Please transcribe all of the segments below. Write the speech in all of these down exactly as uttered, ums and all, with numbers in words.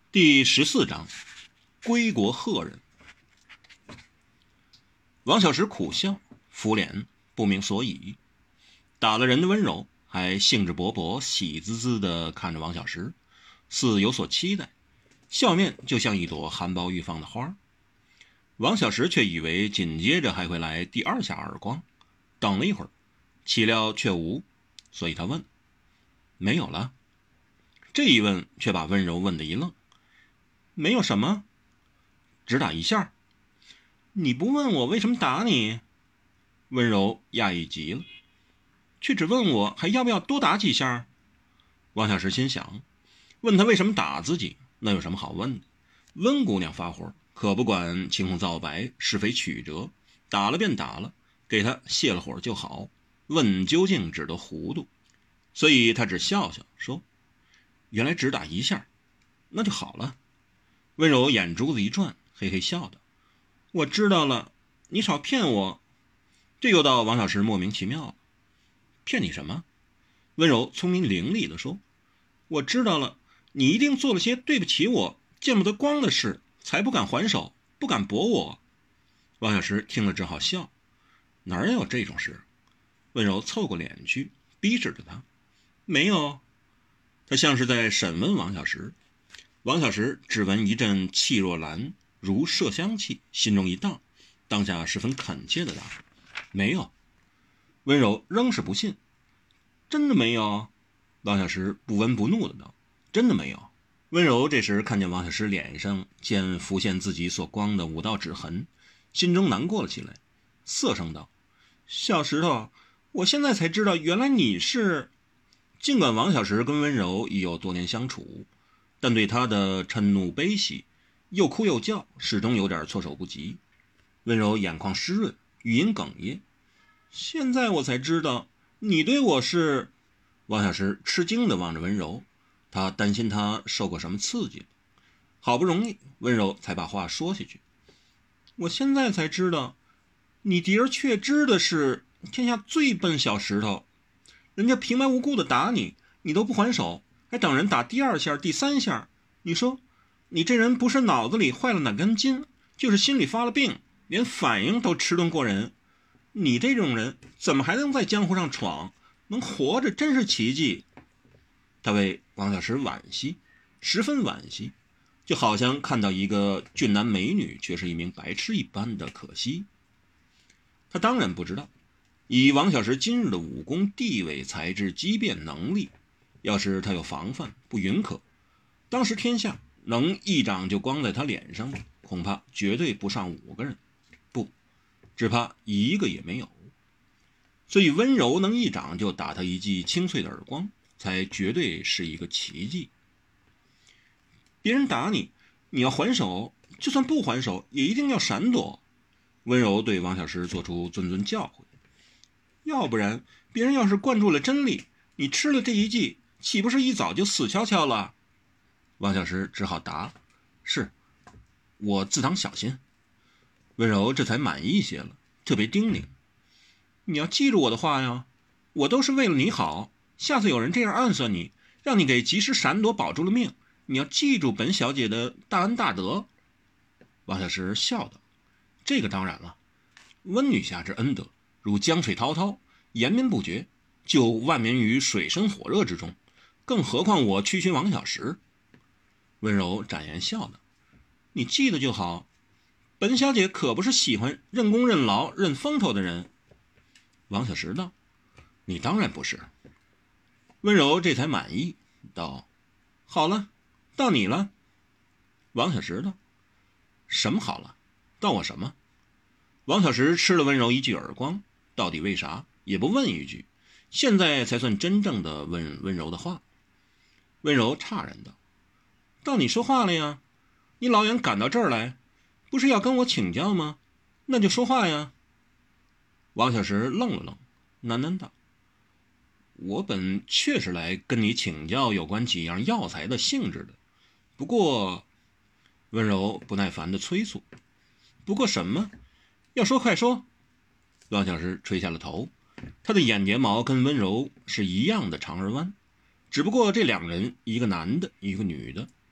第十四章，归国贺人。王小石苦笑，敷脸，不明所以。打了人的温柔还兴致勃勃，喜滋滋地看着王小石，似有所期待，笑面就像一朵含苞欲放的花。王小石却以为紧接着还会来第二下耳光，等了一会儿，岂料却无，所以他问：没有了？这一问却把温柔问得一愣。没有什么？只打一下？你不问我为什么打你？温柔讶异极了，却只问我还要不要多打几下。王小石心想，问他为什么打自己，那有什么好问的？温姑娘发火，可不管青红皂白是非曲折，打了便打了，给他泄了火就好，问究竟只得糊涂。所以他只笑笑说，原来只打一下，那就好了。温柔眼珠子一转，嘿嘿笑道，我知道了，你少骗我。这又到王小石莫名其妙了。骗你什么？温柔聪明伶俐地说，我知道了，你一定做了些对不起我见不得光的事，才不敢还手，不敢驳我。王小石听了只好笑，哪有这种事？温柔凑过脸去逼视着他，没有。他像是在审问王小石。王小石只闻一阵气若兰如麝香气，心中一荡，当下十分恳切地答，没有。温柔仍是不信，真的没有？王小石不闻不怒地道，真的没有。温柔这时看见王小石脸上见浮现自己所光的五道指痕，心中难过了起来，涩声道，小石头，我现在才知道原来你是……尽管王小石跟温柔已有多年相处，但对他的嗔怒悲喜，又哭又叫，始终有点措手不及。温柔眼眶湿润，语音哽咽，现在我才知道你对我是……王小石吃惊地望着温柔，他担心他受过什么刺激，好不容易温柔才把话说下去，我现在才知道你的而确知的是天下最笨小石头，人家平白无故的打你，你都不还手，还等人打第二下第三下，你说你这人不是脑子里坏了哪根筋，就是心里发了病，连反应都迟钝过人。你这种人怎么还能在江湖上闯，能活着真是奇迹。他为王小石惋惜，十分惋惜，就好像看到一个俊男美女却是一名白痴一般的可惜。他当然不知道，以王小石今日的武功地位才智机变能力，要是他有防范不允可，当时天下能一掌就光在他脸上，恐怕绝对不上五个人，不，只怕一个也没有。所以温柔能一掌就打他一记清脆的耳光，才绝对是一个奇迹。别人打你，你要还手，就算不还手也一定要闪躲。温柔对王小石做出谆谆教诲，要不然别人要是灌注了真力，你吃了这一计，岂不是一早就死翘翘了？王小石只好答，是，我自当小心。温柔这才满意些了，特别叮咛，你要记住我的话呀，我都是为了你好，下次有人这样暗算你，让你给及时闪躲保住了命，你要记住本小姐的大恩大德。王小石笑道，这个当然了，温女侠之恩德如江水滔滔，延绵不绝，就万绵于水深火热之中，更何况我区区王小石。温柔展颜笑道，你记得就好，本小姐可不是喜欢认功认劳认风头的人。王小石道，你当然不是。温柔这才满意道，好了，到你了。王小石道，什么好了，到我什么？王小石吃了温柔一句耳光，到底为啥也不问一句，现在才算真正的问温柔的话。温柔诧然道，到你说话了呀，你老远赶到这儿来，不是要跟我请教吗？那就说话呀。王小石愣了愣，喃喃道，我本确实来跟你请教有关几样药材的性质的，不过……温柔不耐烦地催促，不过什么？要说快说。王小石垂下了头，他的眼睫毛跟温柔是一样的长而弯，只不过这两人一个男的一个女的，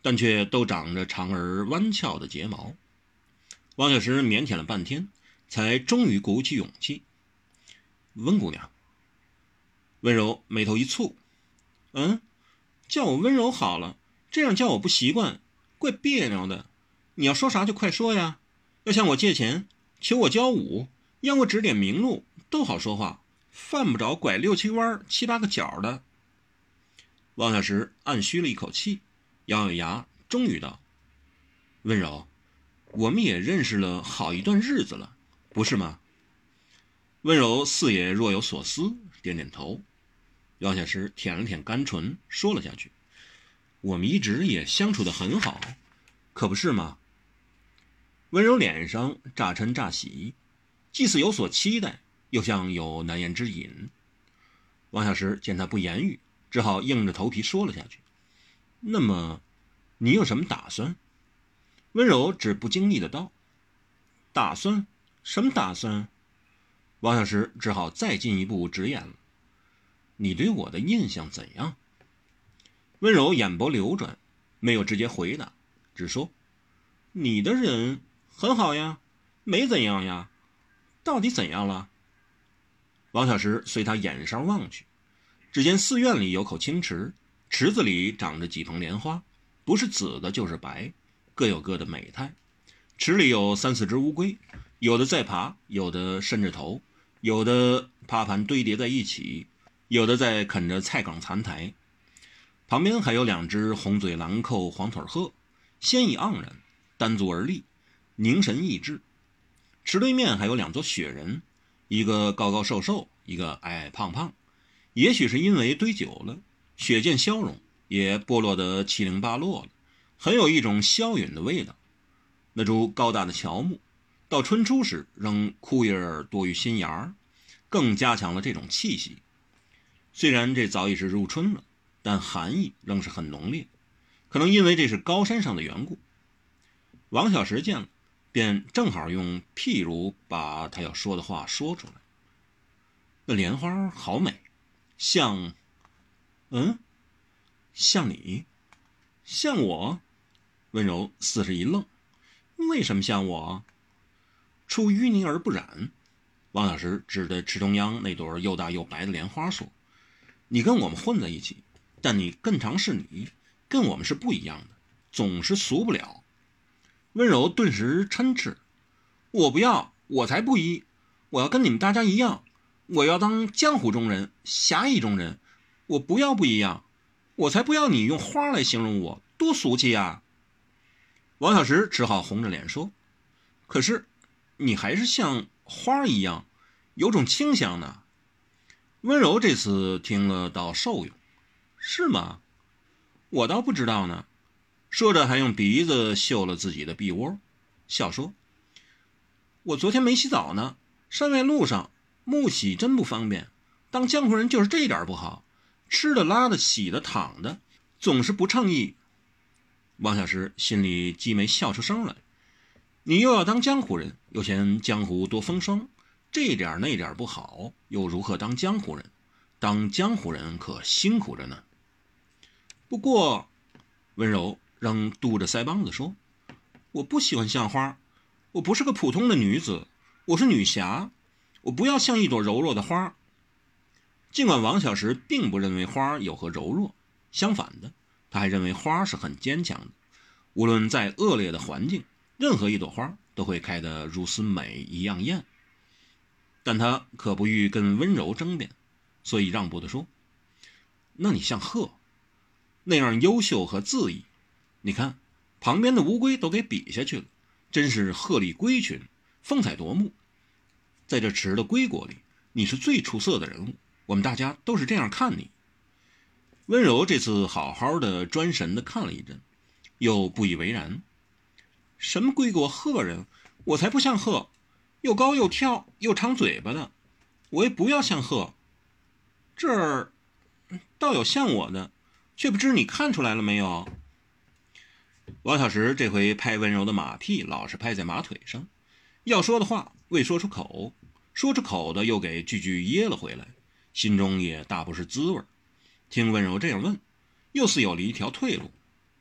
但却都长着长而弯翘的睫毛。王小石腼腆了半天，才终于鼓起勇气：“温姑娘。”温柔眉头一蹙：“嗯，叫我温柔好了，这样叫我不习惯，怪别扭的。你要说啥就快说呀，要向我借钱，求我教舞，要我指点明路，都好说话，犯不着拐六七弯七八个角的。”王小石暗吁了一口气，咬咬牙，终于道：“温柔，我们也认识了好一段日子了，不是吗？”温柔似也若有所思，点点头。王小石舔了舔干唇，说了下去：“我们一直也相处得很好，可不是吗？”温柔脸上乍嗔乍喜，既似有所期待，又像有难言之隐。王小石见他不言语，只好硬着头皮说了下去：“那么你有什么打算？”温柔只不经意的道：“打算？什么打算？”王小石只好再进一步直言了：“你对我的印象怎样？”温柔眼波流转，没有直接回答，只说：“你的人很好呀，没怎样呀，到底怎样了？”王小石随他眼梢望去，只见寺院里有口清池，池子里长着几盆莲花，不是紫的就是白，各有各的美态。池里有三四只乌龟，有的在爬，有的伸着头，有的趴盘堆叠在一起，有的在啃着菜梗残苔。旁边还有两只红嘴蓝扣黄腿鹤，仙意盎然，单足而立，凝神意志。池对面还有两座雪人，一个高高瘦瘦，一个矮矮胖胖。也许是因为堆久了，雪见消融，也剥落得七零八落了，很有一种消陨的味道。那株高大的乔木，到春初时仍枯叶儿多于新芽，更加强了这种气息。虽然这早已是入春了，但寒意仍是很浓烈，可能因为这是高山上的缘故。王小石见了，便正好用譬如把他要说的话说出来：“那莲花好美，像……嗯，像你，像我。”温柔似是一愣：“为什么像我？”“出淤泥而不染。”王小石指着池中央那朵又大又白的莲花说：“你跟我们混在一起，但你更常是你，跟我们是不一样的，总是俗不了。”温柔顿时嗔斥：“我不要，我才不依，我要跟你们大家一样，我要当江湖中人，侠义中人，我不要不一样，我才不要你用花来形容我，多俗气呀！”王小石只好红着脸说：“可是你还是像花一样，有种清香呢。”温柔这次听了倒受用：“是吗？我倒不知道呢。”说着还用鼻子嗅了自己的臂窝，笑说：“我昨天没洗澡呢，山外路上木洗真不方便，当江湖人就是这一点不好，吃的拉的洗的躺的总是不称意。”王小石心里既没笑出声来，你又要当江湖人，又嫌江湖多风霜，这点那点不好，又如何当江湖人？当江湖人可辛苦着呢。不过温柔仍嘟着腮帮子说：“我不喜欢像花，我不是个普通的女子，我是女侠，我不要像一朵柔弱的花。”尽管王小石并不认为花有何柔弱，相反的，他还认为花是很坚强的，无论在恶劣的环境，任何一朵花都会开得如丝美一样艳。但他可不欲跟温柔争辩，所以让步地说：“那你像鹤，那样优秀和恣意，你看旁边的乌龟都给比下去了，真是鹤立龟群，风采夺目。在这池的龟国里，你是最出色的人物，我们大家都是这样看你。”温柔这次好好的专神的看了一阵，又不以为然：“什么龟国鹤人，我才不像鹤，又高又跳又长嘴巴的，我也不要像鹤。这儿倒有像我的，却不知你看出来了没有？”王小石这回拍温柔的马屁老是拍在马腿上，要说的话未说出口，说出口的又给句句噎了回来，心中也大不是滋味。听温柔这样问，又似有了一条退路，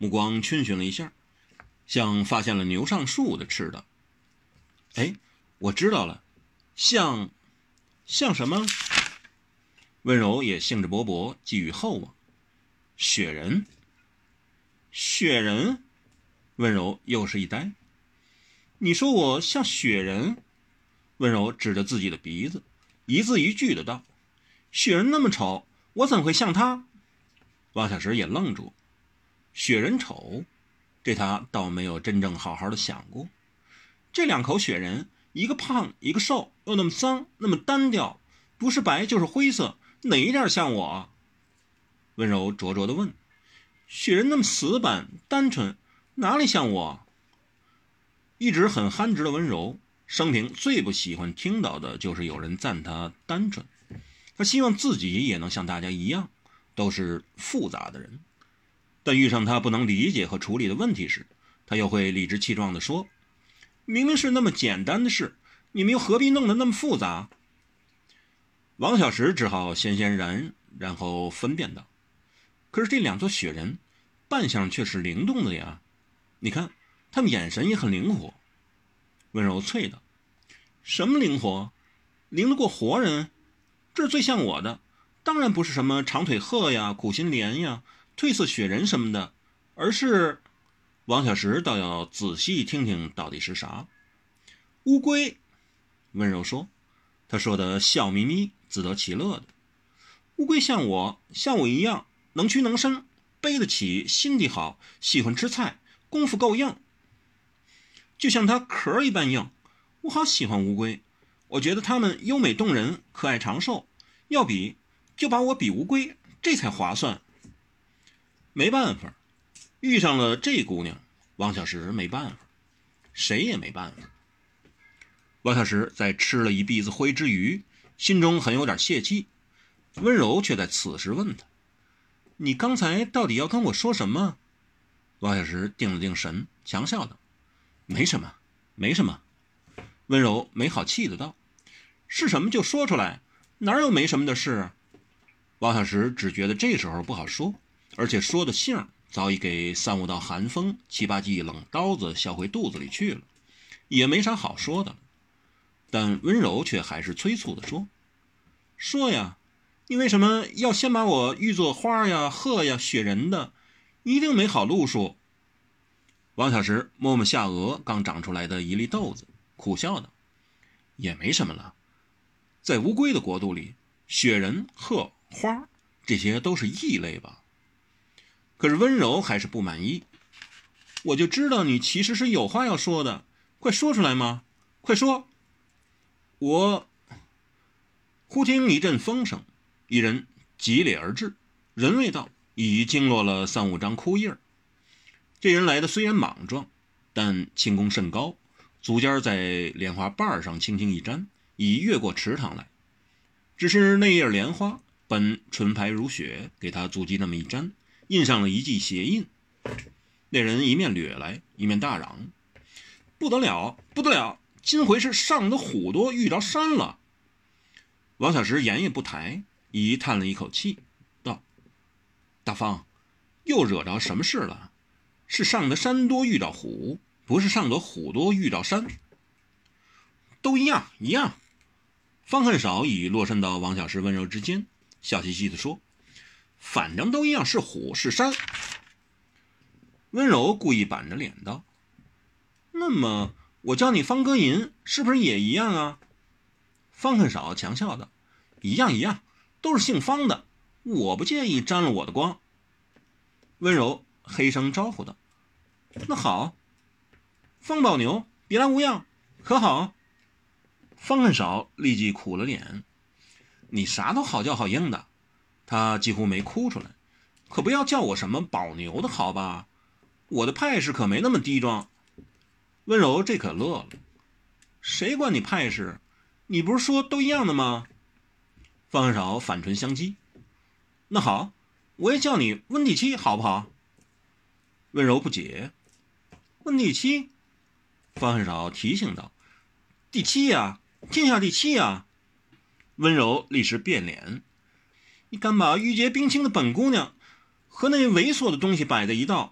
目光逡巡了一下，像发现了牛上树的似的。哎，我知道了，像像什么？温柔也兴致勃勃，寄予厚望。雪人。雪人？温柔又是一呆。你说我像雪人？温柔指着自己的鼻子，一字一句的道：雪人那么丑，我怎会像他？王小石也愣住。雪人丑，这他倒没有真正好好的想过。这两口雪人，一个胖一个瘦，又那么脏那么单调，不是白就是灰色，哪一点像我？温柔灼灼地问。雪人那么死板单纯，哪里像我？一直很憨直的温柔，生平最不喜欢听到的就是有人赞他单纯。他希望自己也能像大家一样，都是复杂的人。但遇上他不能理解和处理的问题时，他又会理直气壮地说：明明是那么简单的事，你们又何必弄得那么复杂？王小石只好先先然，然后分辨道：可是这两座雪人扮相却是灵动的呀，你看他们眼神也很灵活。温柔啐道：什么灵活？灵得过活人？这最像我的当然不是什么长腿鹤呀、苦心莲呀、褪色雪人什么的，而是……王小石倒要仔细听听到底是啥。乌龟。温柔说，他说的笑眯眯，自得其乐的。乌龟像我，像我一样，能屈能伸，背得起，心地好，喜欢吃菜，功夫够硬，就像它壳一般硬。我好喜欢乌龟，我觉得它们优美动人，可爱长寿。要比就把我比乌龟，这才划算。没办法，遇上了这姑娘，王小石没办法，谁也没办法。王小石在吃了一鼻子灰之余，心中很有点泄气。温柔却在此时问他：你刚才到底要跟我说什么？王小石定了定神，强笑道：没什么，没什么。温柔没好气的道：是什么就说出来，哪有没什么的事？王小石只觉得这时候不好说，而且说的性早已给三五道寒风、七八记冷刀子削回肚子里去了，也没啥好说的了。但温柔却还是催促的说：说呀，你为什么要先把我喻作花呀、鹤呀、雪人的？一定没好路数。王小石摸摸下颚刚长出来的一粒豆子，苦笑道：也没什么了，在乌龟的国度里，雪人、鹤、花这些都是异类吧。可是温柔还是不满意。我就知道你其实是有话要说的，快说出来嘛，快说。我……忽听一阵风声，一人急咧而至，人未到，已经落了三五张枯叶。这人来的虽然莽撞，但轻功甚高，足尖在莲花瓣上轻轻一沾，已越过池塘来。只是那叶莲花本纯白如雪，给他足迹那么一沾，印上了一记鞋印。那人一面掠来，一面大嚷：不得了，不得了，今回是上的虎多遇着山了。王小石眼也不抬，已叹了一口气，道：大方，又惹着什么事了？是上的山多遇着虎，不是上的虎多遇着山。都一样一样。方恨少已落身到王小石温柔之间，笑嘻嘻地说：反正都一样，是虎是山。温柔故意板着脸道：那么我叫你方歌吟，是不是也一样啊？方恨少强笑道：一样一样，都是姓方的，我不介意沾了我的光。温柔黑声招呼道：那好，方宝牛，别来无恙，可好？方恨少立即苦了脸：你啥都好叫好应的。他几乎没哭出来，可不要叫我什么宝牛的好吧，我的派势可没那么低庄。温柔这可乐了：谁管你派势？你不是说都一样的吗？方恨少反唇相讥：那好，我也叫你温第七好不好？温柔不解：温第七？方恨少提醒道：第七呀，天下第七呀。温柔立时变脸：你敢把玉洁冰清的本姑娘和那猥琐的东西摆在一道，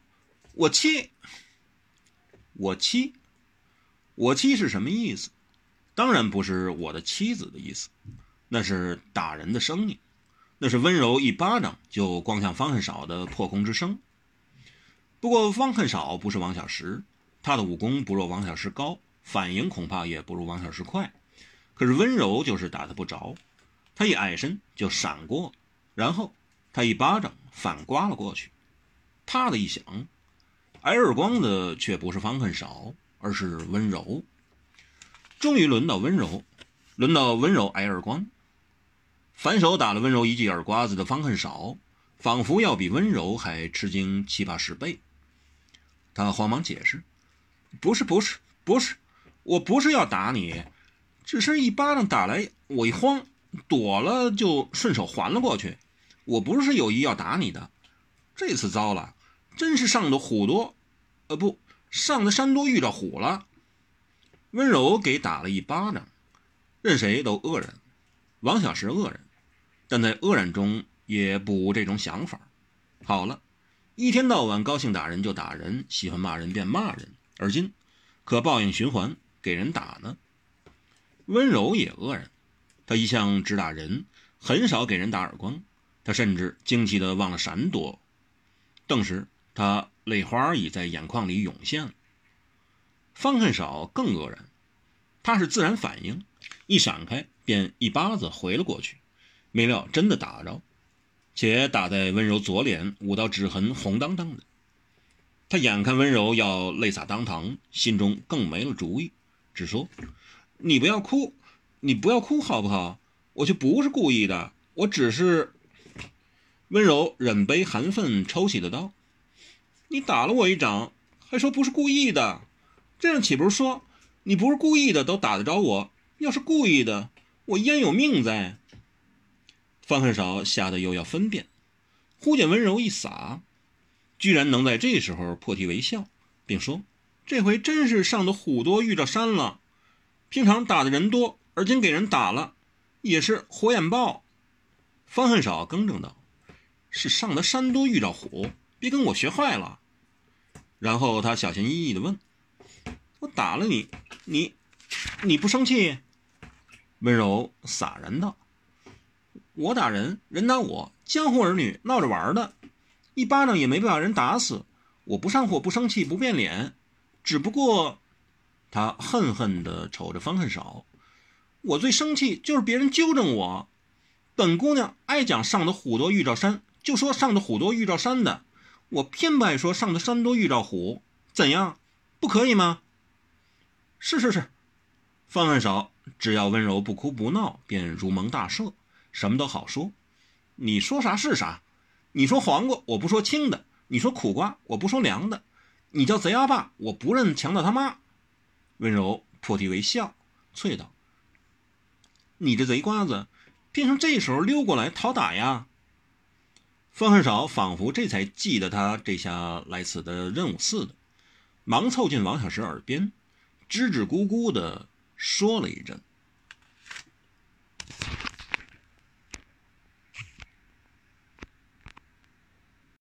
我妻，我妻，我妻是什么意思？当然不是我的妻子的意思，那是打人的声音，那是温柔一巴掌就光向方恨少的破空之声。不过方恨少不是王小石，他的武功不若王小石高，反应恐怕也不如王小石快，可是温柔就是打他不着，他一矮身就闪过，然后他一巴掌反刮了过去，啪的一响，挨耳光的却不是方恨少，而是温柔。终于轮到温柔，轮到温柔挨耳光。反手打了温柔一记耳刮子的方恨少，仿佛要比温柔还吃惊七八十倍。他慌忙解释：不是不是不是，我不是要打你，只是一巴掌打来，我一慌躲了就顺手还了过去，我不是有意要打你的。这次糟了，真是上的虎多呃不上的山多遇着虎了。温柔给打了一巴掌，任谁都愕然，王小石愕然，但在愕然中也不无这种想法。好了，一天到晚高兴打人就打人，喜欢骂人便骂人，而今可报应循环，给人打呢。温柔也愕然，他一向只打人，很少给人打耳光，他甚至惊奇地忘了闪躲。顿时他泪花已在眼眶里涌现了。方恨少更愕然，他是自然反应，一闪开便一巴子回了过去，没料真的打着，且打在温柔左脸，捂到指痕红当当的。他眼看温柔要泪洒当堂，心中更没了主意，只说：你不要哭，你不要哭好不好？我却不是故意的，我只是……温柔忍悲含愤抽泣的道：你打了我一掌，还说不是故意的，这样岂不是说你不是故意的都打得着我？要是故意的，我焉有命在？方恨少吓得又要分辨，忽见温柔一洒，居然能在这时候破涕为笑，并说：这回真是上的虎多遇着山了，平常打的人多，而今给人打了，也是火眼爆。方恨少更正道：是上的山多遇着虎，别跟我学坏了。然后他小心翼翼地问：我打了你，你你不生气？温柔洒然道：我打人，人打我，江湖儿女闹着玩的，一巴掌也没把人打死，我不上火不生气不变脸，只不过……他恨恨地瞅着方恨少，我最生气就是别人纠正我，本姑娘爱讲上的虎多遇着山，就说上的虎多遇着山的，我偏不爱说上的山多遇着虎，怎样？不可以吗？是是是，方恨少只要温柔不哭不闹，便如蒙大赦，什么都好说。你说啥是啥，你说黄瓜我不说青的，你说苦瓜我不说凉的，你叫贼阿爸我不认强盗他妈。温柔破涕为笑，啐道：你这贼瓜子，偏上这时候溜过来讨打呀！方恨少仿佛这才记得他这下来此的任务似的，忙凑近王小石耳边，支支吾吾地说了一阵。